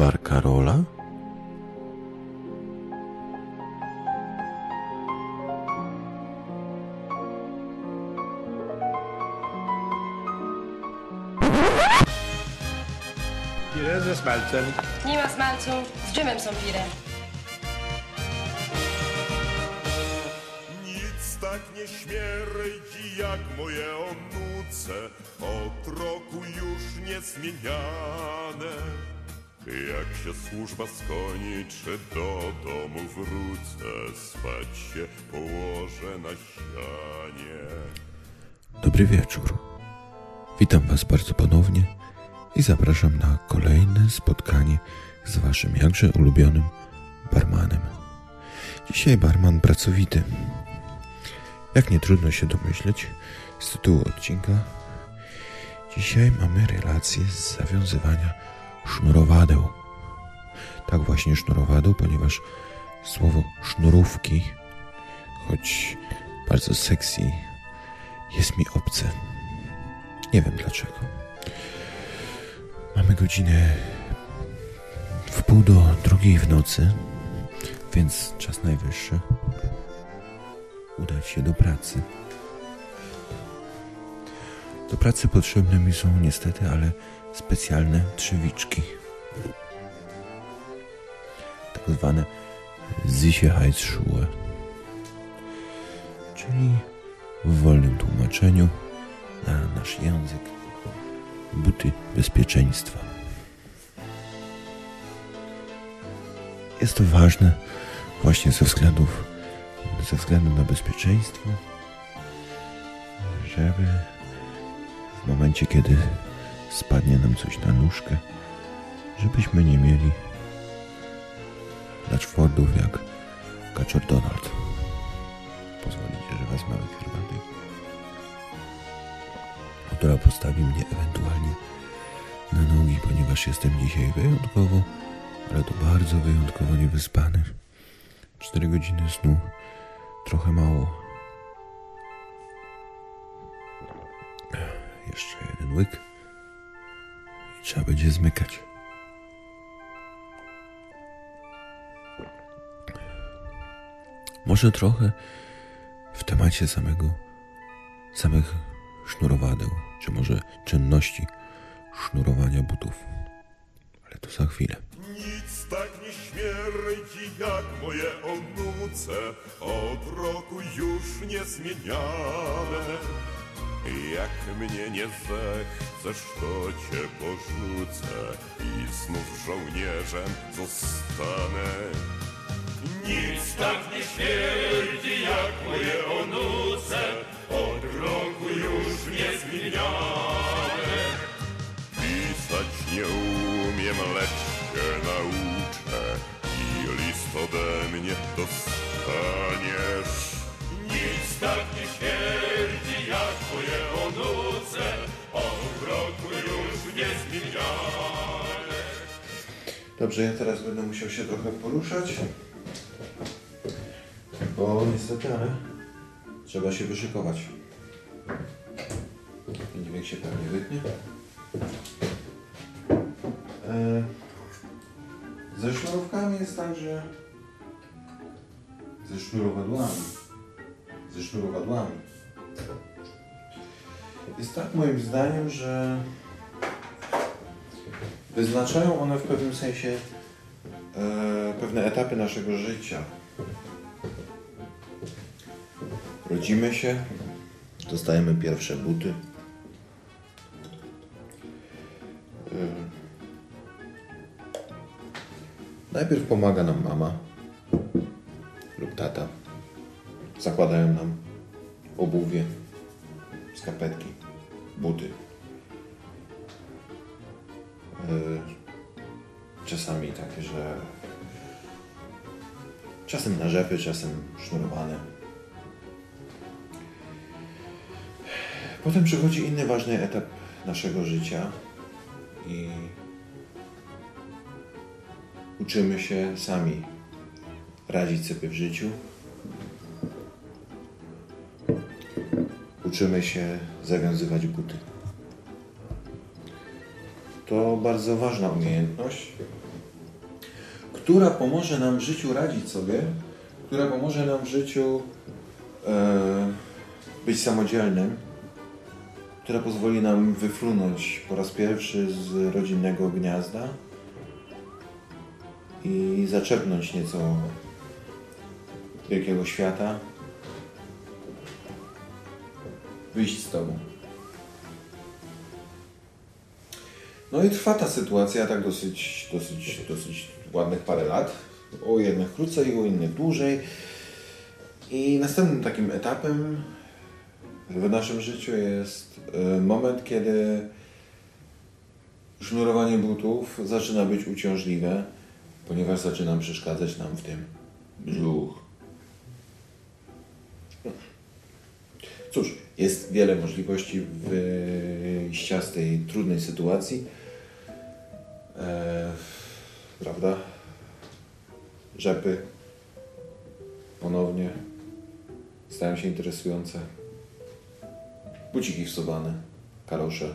bar Karola? Pire ze smalcem. Nie ma smalcu, z dżemem są pire. Nic tak nie śmierdzi jak moje onuce, od roku już niezmieniane. Jak się służba skończy, do domu wrócę, spać się położę na sianie. Dobry wieczór. Witam Was bardzo ponownie i zapraszam na kolejne spotkanie z Waszym jakże ulubionym barmanem. Dzisiaj barman pracowity. Jak nie trudno się domyśleć z tytułu odcinka, dzisiaj mamy relację z zawiązywania sznurowadeł. Tak właśnie sznurowadeł, ponieważ słowo sznurówki, choć bardzo sexy, jest mi obce. Nie wiem dlaczego. Mamy godzinę 1:30 w nocy, więc czas najwyższy udać się do pracy. Do pracy potrzebne mi są niestety, ale specjalne trzewiczki. Tak zwane Sicherheitsschuhe, czyli w wolnym tłumaczeniu na nasz język buty bezpieczeństwa. Jest to ważne właśnie ze względu na bezpieczeństwo, żeby w momencie, kiedy spadnie nam coś na nóżkę, żebyśmy nie mieli dashboardów jak kaczor Donald. Pozwolicie, że wezmę herbaty, która postawi mnie ewentualnie na nogi, ponieważ jestem dzisiaj wyjątkowo, ale to bardzo wyjątkowo niewyspany. 4 godziny snu, trochę mało. Jeszcze jeden łyk i trzeba będzie zmykać. Może trochę w temacie samych sznurowadeł, czy może czynności sznurowania butów. Ale to za chwilę. Nic tak nie śmierdzi jak moje onuce, od roku już niezmieniane. Jak mnie nie zechcesz, to cię porzucę i znów żołnierzem zostanę. Nic tak nie śmierdzi jak moje onuce, od roku już niezmieniane. Pisać nie umiem, lecz się nauczę i list ode mnie dostaniesz. Nic tak nie śmierdzi jak moje onuce, od roku już niezmieniane. Dobrze, ja teraz będę musiał się trochę poruszać, bo niestety, ale trzeba się wyszykować. Dźwięk się pewnie wytnie. Ze sznurówkami jest tak, że ze sznurowadłami jest tak moim zdaniem, że wyznaczają one w pewnym sensie pewne etapy naszego życia. Rodzimy się, dostajemy pierwsze buty. Najpierw pomaga nam mama lub tata. Zakładają nam obuwie, skarpetki, buty. Czasami takie, że czasem na rzepy, czasem sznurowane. Potem przychodzi inny ważny etap naszego życia i uczymy się sami radzić sobie w życiu. Uczymy się zawiązywać buty. To bardzo ważna umiejętność, która pomoże nam w życiu radzić sobie, która pomoże nam w życiu być samodzielnym, która pozwoli nam wyfrunąć po raz pierwszy z rodzinnego gniazda i zaczerpnąć nieco wielkiego świata, wyjść z tobą. No i trwa ta sytuacja tak dosyć ładnych parę lat. U jednych krócej, u innych dłużej. I następnym takim etapem w naszym życiu jest moment, kiedy sznurowanie butów zaczyna być uciążliwe, ponieważ zaczyna przeszkadzać nam w tym brzuch. Cóż, jest wiele możliwości wyjścia z tej trudnej sytuacji. Prawda? Rzepy ponownie stają się interesujące. Buciki wsuwane, kalosze.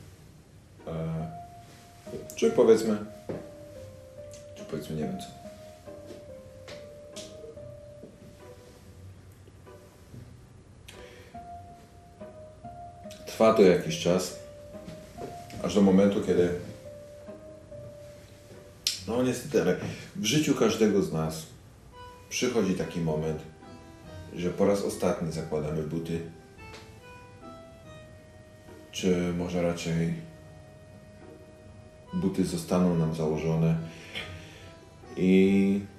Czy powiedzmy nie wiem co. Trwa to jakiś czas, aż do momentu, kiedy no niestety, ale w życiu każdego z nas przychodzi taki moment, że po raz ostatni zakładamy buty. Czy może raczej buty zostaną nam założone i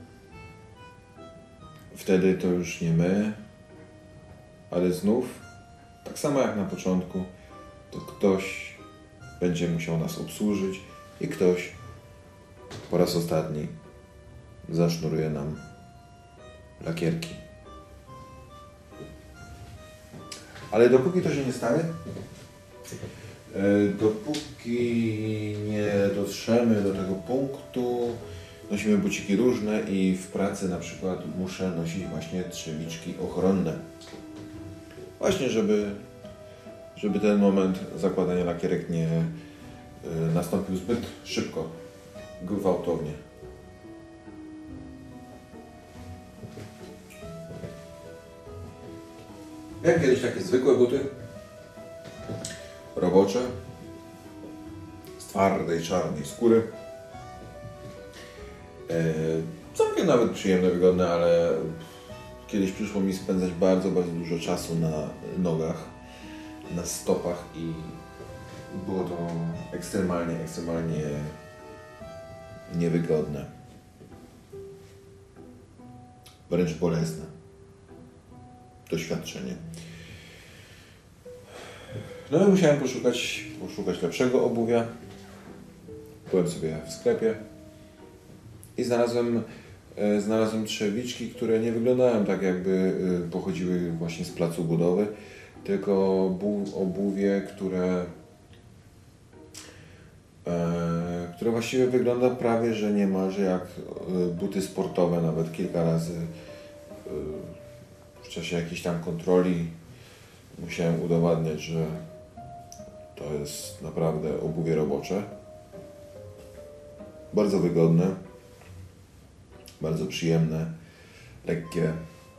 wtedy to już nie my, ale znów, tak samo jak na początku, to ktoś będzie musiał nas obsłużyć i ktoś po raz ostatni zasznuruje nam lakierki. Ale dopóki to się nie stanie, dopóki nie dotrzemy do tego punktu, nosimy buciki różne i w pracy na przykład muszę nosić właśnie trzewiczki ochronne. Właśnie, żeby ten moment zakładania lakierek nie nastąpił zbyt szybko, gwałtownie. Miałem kiedyś takie zwykłe buty, robocze, z twardej, czarnej skóry. Całkiem nawet przyjemne, wygodne, ale kiedyś przyszło mi spędzać bardzo, bardzo dużo czasu na nogach, na stopach i było to ekstremalnie niewygodne. Wręcz bolesne doświadczenie. No i musiałem poszukać lepszego obuwia. Byłem sobie w sklepie i znalazłem trzewiczki, które nie wyglądają tak, jakby pochodziły właśnie z placu budowy, tylko obuwie, które właściwie wygląda prawie, że niemalże jak buty sportowe. Nawet kilka razy w czasie jakiejś tam kontroli musiałem udowadniać, że to jest naprawdę obuwie robocze. Bardzo wygodne, bardzo przyjemne, lekkie,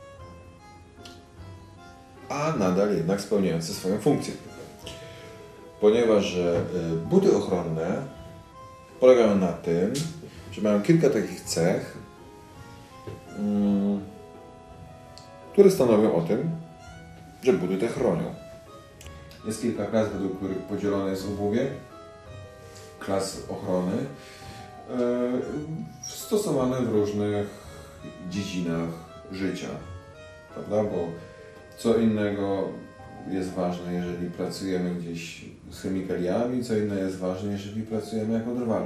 a nadal jednak spełniające swoją funkcję. Ponieważ buty ochronne polegają na tym, że mają kilka takich cech, które stanowią o tym, że buty te chronią. Jest kilka klas, według których podzielone jest obuwie, klas ochrony, stosowane w różnych dziedzinach życia, prawda? Bo co innego jest ważne, jeżeli pracujemy gdzieś z chemikaliami, co inne jest ważne, jeżeli pracujemy jako drwalu.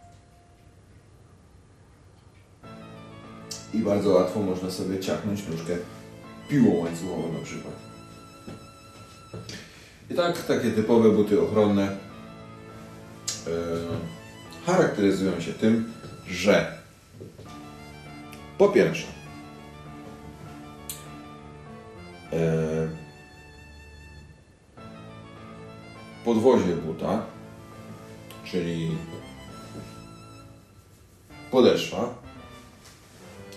I bardzo łatwo można sobie ciachnąć nóżkę piłą łańcuchową na przykład. I tak, takie typowe buty ochronne charakteryzują się tym, że po pierwsze podwozie buta, czyli podeszwa,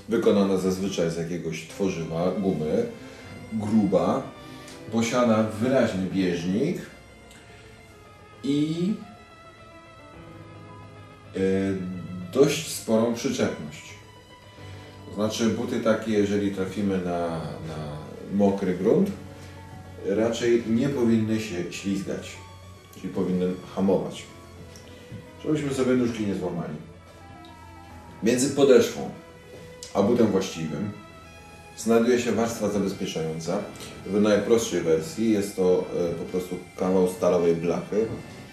wykonana zazwyczaj z jakiegoś tworzywa, gumy, gruba, posiada wyraźny bieżnik i dość sporą przyczepność. To znaczy buty takie, jeżeli trafimy na mokry grunt, raczej nie powinny się ślizgać, czyli powinny hamować, żebyśmy sobie nóżki nie złamali. Między podeszwą a butem właściwym znajduje się warstwa zabezpieczająca. W najprostszej wersji jest to po prostu kawał stalowej blachy.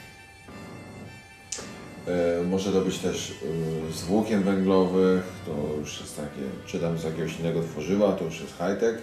Może to być też z włókien węglowych, to już jest takie, czy tam z jakiegoś innego tworzywa, to już jest high-tech.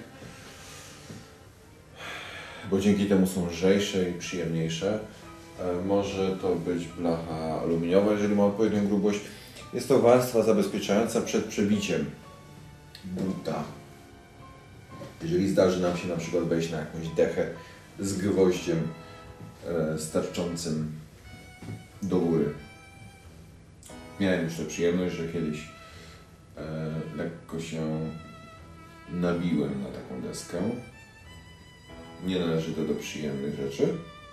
Bo dzięki temu są lżejsze i przyjemniejsze. Może to być blacha aluminiowa, jeżeli ma odpowiednią grubość. Jest to warstwa zabezpieczająca przed przebiciem buta. Jeżeli zdarzy nam się na przykład wejść na jakąś dechę z gwoździem starczącym do góry. Miałem już tę przyjemność, że kiedyś lekko się nabiłem na taką deskę. Nie należy to do przyjemnych rzeczy.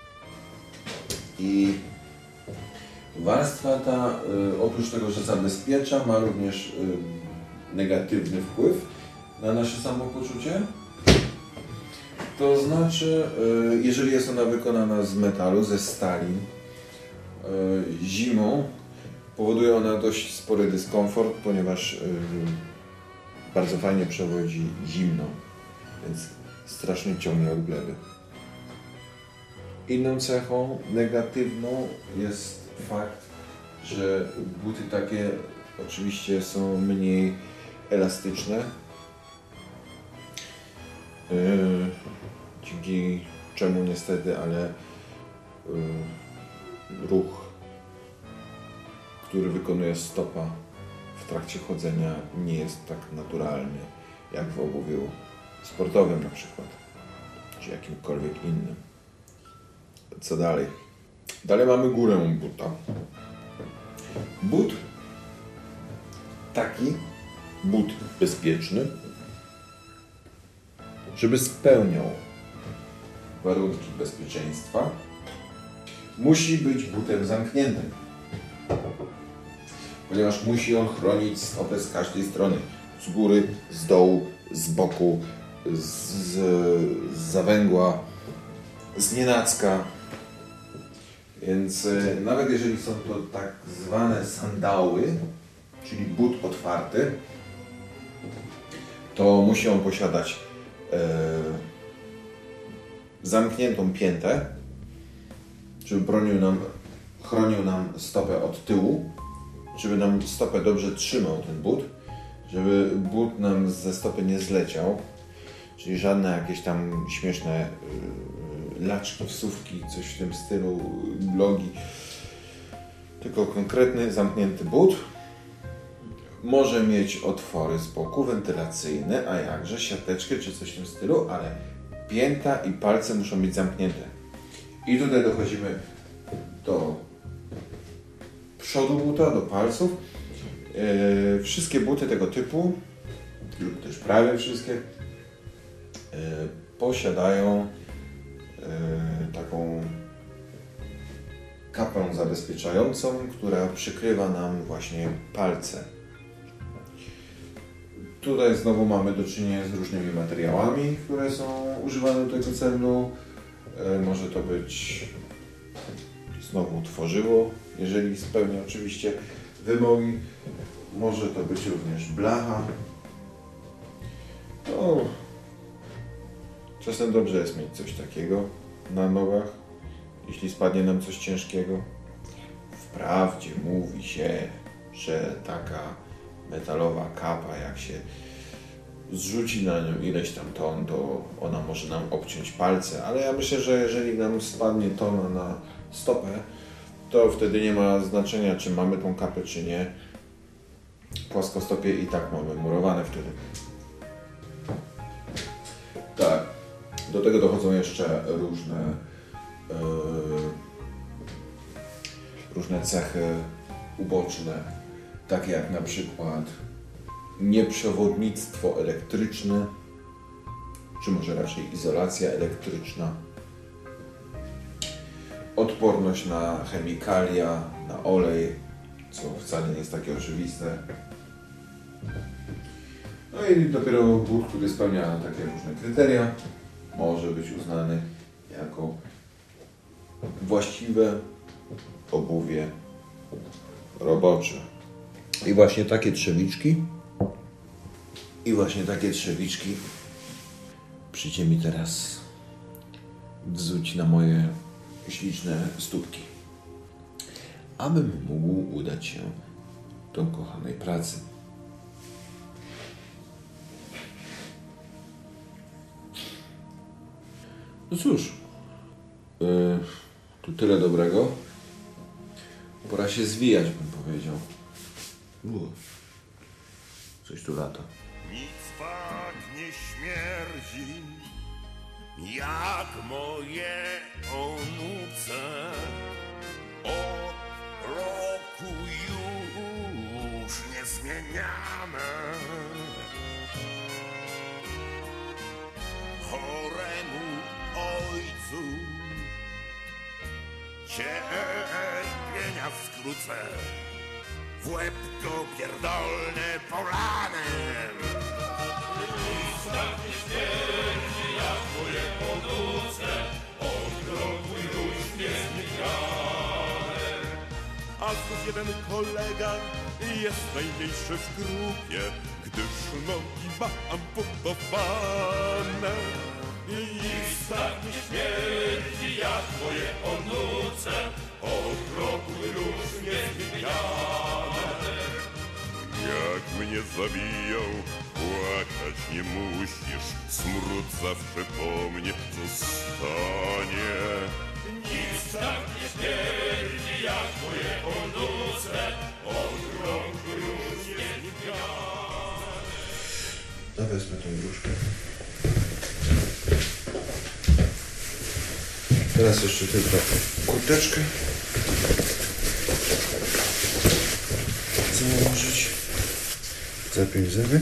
I warstwa ta, oprócz tego, że zabezpiecza, ma również negatywny wpływ na nasze samopoczucie. To znaczy, jeżeli jest ona wykonana z metalu, ze stali, zimą powoduje ona dość spory dyskomfort, ponieważ bardzo fajnie przewodzi zimno, więc strasznie ciągnie od gleby. Inną cechą negatywną jest fakt, że buty takie oczywiście są mniej elastyczne, dzięki czemu niestety, ale ruch, który wykonuje stopa w trakcie chodzenia, nie jest tak naturalny jak w obuwiu sportowym na przykład, czy jakimkolwiek innym. Co dalej? Dalej mamy górę buta. But taki, but bezpieczny, żeby spełniał warunki bezpieczeństwa, musi być butem zamkniętym, ponieważ musi on chronić stopę z każdej strony, z góry, z dołu, z boku, z zawęgła, z nienacka. Więc nawet jeżeli są to tak zwane sandały, czyli but otwarty, to musi on posiadać zamkniętą piętę, żeby chronił nam stopę od tyłu, żeby nam stopę dobrze trzymał ten but, żeby but nam ze stopy nie zleciał, czyli żadne jakieś tam śmieszne laczki, wsówki, coś w tym stylu, blogi, tylko konkretny, zamknięty but. Może mieć otwory z boku, wentylacyjne, a jakże siateczkę czy coś w tym stylu, ale pięta i palce muszą być zamknięte. I tutaj dochodzimy do przodu buta, do palców. Wszystkie buty tego typu, lub też prawie wszystkie, posiadają taką kapę zabezpieczającą, która przykrywa nam właśnie palce. Tutaj znowu mamy do czynienia z różnymi materiałami, które są używane do tego celu. Może to być znowu tworzywo, jeżeli spełnia oczywiście wymogi. Może to być również blacha. No, czasem dobrze jest mieć coś takiego na nogach, jeśli spadnie nam coś ciężkiego. Wprawdzie mówi się, że taka metalowa kapa, jak się zrzuci na nią ileś tam ton, to ona może nam obciąć palce, ale ja myślę, że jeżeli nam spadnie tona na stopę, to wtedy nie ma znaczenia, czy mamy tą kapę, czy nie. Płaskostopie i tak mamy murowane wtedy. Tak, do tego dochodzą jeszcze różne cechy uboczne, takie jak na przykład nieprzewodnictwo elektryczne, czy może raczej izolacja elektryczna, odporność na chemikalia, na olej, co wcale nie jest takie oczywiste. No i dopiero but, który spełnia takie różne kryteria, może być uznany jako właściwe obuwie robocze. I właśnie takie trzewiczki przyjdzie mi teraz wzuć na moje śliczne stópki, abym mógł udać się do kochanej pracy. No cóż, tu tyle dobrego. Pora się zwijać, bym powiedział. Coś tu lata. Nic tak nie śmierdzi jak moje onuce. Od roku już niezmieniane. Choremu ojcu cierpienia skrócę. W łeb go pierdolne polanem. Nic tak nie śmierdzi jak moje ponuce, od roku już niezmieniane. A znów jeden kolega jest najmniejszy w grupie, gdyż nogi ma amputowane. Nic tak nie śmierdzi jak moje ponuce, od roku już niezmieniane. Jak mnie zabiją, płakać nie musisz, smród zawsze po mnie zostanie. Nic tak nie śmierdzi jak moje ponuce, od roku już niezmieniane. No wezmę tą gruszkę. Teraz jeszcze tylko kurteczkę założyć. Zapiąć zamek.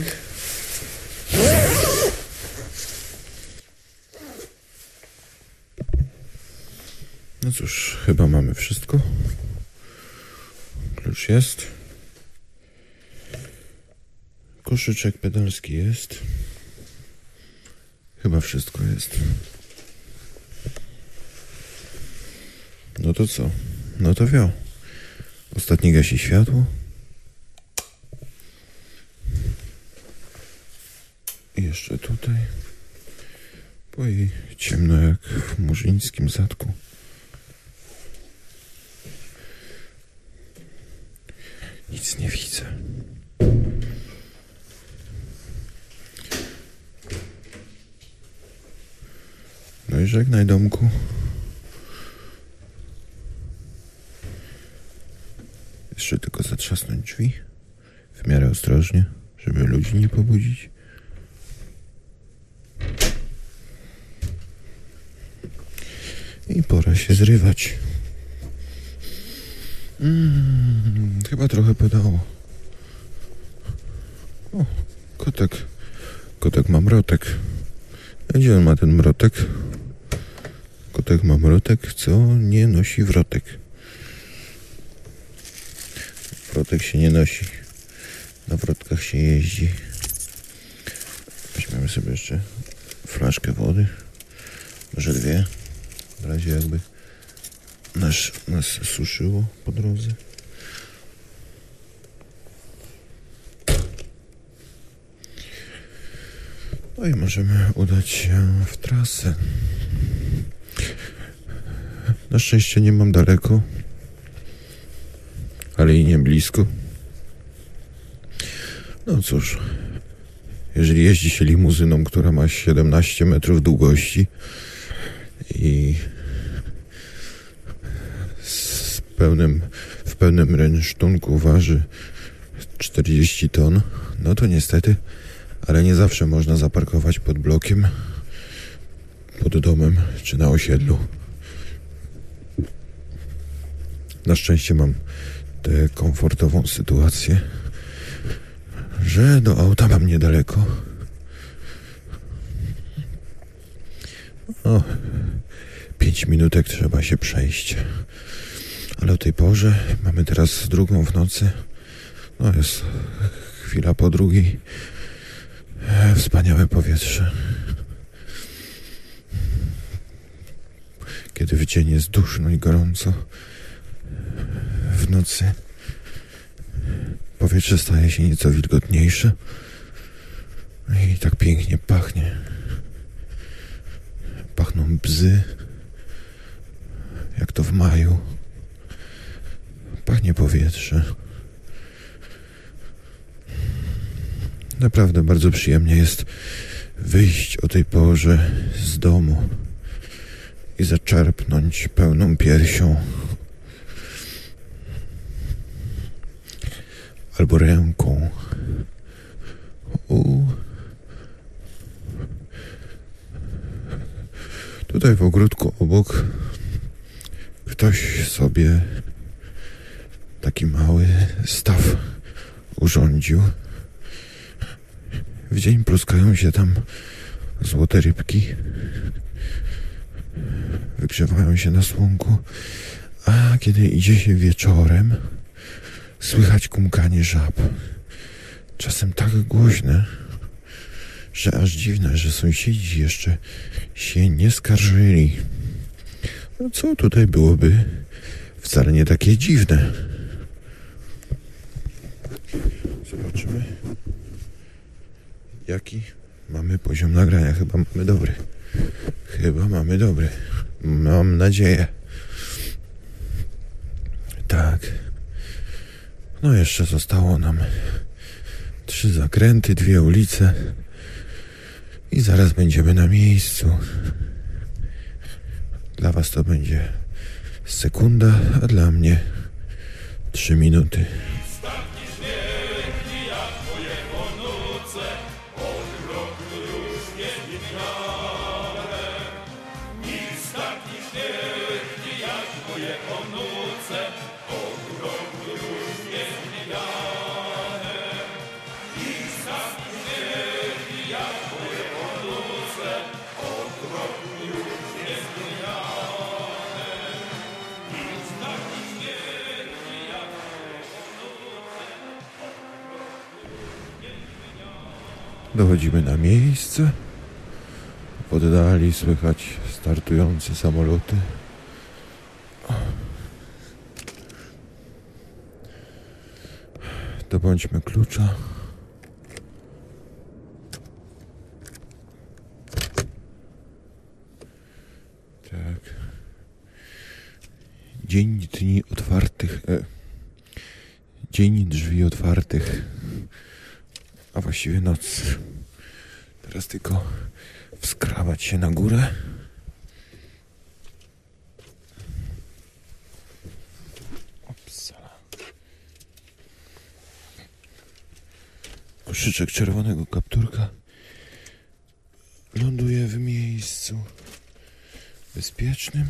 No cóż, chyba mamy wszystko. Klucz jest. Koszyczek pedalski jest. Chyba wszystko jest. No to co? No to wio. Ostatni gasi światło. I jeszcze tutaj. Bo i ciemno jak w murzyńskim zadku. Nic nie widzę. No i żegnaj, domku. Jeszcze tylko zatrzasnąć drzwi. W miarę ostrożnie, żeby ludzi nie pobudzić. I pora się zrywać. Chyba trochę padało. O, kotek. Kotek ma mrotek. A gdzie on ma ten mrotek? Kotek ma mrotek, co nie nosi wrotek. Wrotek się nie nosi. Na wrotkach się jeździ. Weźmiemy sobie jeszcze flaszkę wody. Może dwie. W razie jakby nas suszyło po drodze. No i możemy udać się w trasę. Na szczęście nie mam daleko, ale i nie blisko. No cóż, jeżeli jeździ się limuzyną, która ma 17 metrów długości i w pełnym rynsztunku waży 40 ton, no to niestety, ale nie zawsze można zaparkować pod blokiem, pod domem czy na osiedlu. Na szczęście mam tę komfortową sytuację, że do auta mam niedaleko. O, 5 minutek trzeba się przejść. Ale o tej porze, mamy teraz 2 w nocy. No jest chwila po 2. Wspaniałe powietrze. Kiedy w dzień jest duszno i gorąco, w nocy powietrze staje się nieco wilgotniejsze i tak pięknie pachnie. Pachną bzy, jak to w maju. Pachnie powietrze. Naprawdę bardzo przyjemnie jest wyjść o tej porze z domu i zaczerpnąć pełną piersią albo ręką. Tutaj w ogródku obok ktoś sobie taki mały staw urządził. W dzień pluskają się tam złote rybki. Wygrzewają się na słonku. A kiedy idzie się wieczorem, słychać kumkanie żab. Czasem tak głośne, że aż dziwne, że sąsiedzi jeszcze się nie skarżyli. No co tutaj byłoby wcale nie takie dziwne. Zobaczymy, jaki mamy poziom nagrania. Chyba mamy dobry. Mam nadzieję. Tak. No jeszcze zostało nam 3 zakręty, 2 ulice i zaraz będziemy na miejscu. Dla was to będzie sekunda, a dla mnie 3 minuty. Dochodzimy na miejsce. W oddali słychać startujące samoloty. Dobądźmy klucza. Tak. Dzień dni otwartych. Dzień drzwi otwartych. A właściwie noc. Teraz tylko wskrawać się na górę. Opsala. Koszyczek czerwonego kapturka ląduje w miejscu bezpiecznym.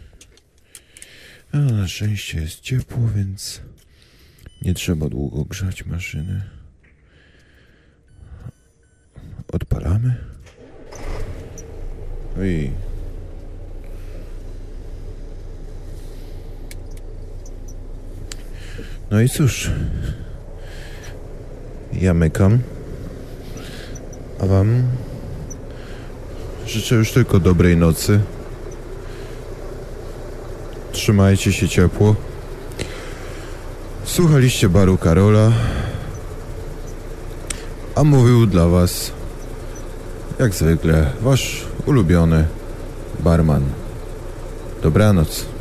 A na szczęście jest ciepło, więc nie trzeba długo grzać maszyny. Odpalamy. Oj. No i cóż, ja mykam, a wam życzę już tylko dobrej nocy. Trzymajcie się ciepło. Słuchaliście Baru Karola, a mówił dla was jak zwykle wasz ulubiony barman. Dobranoc.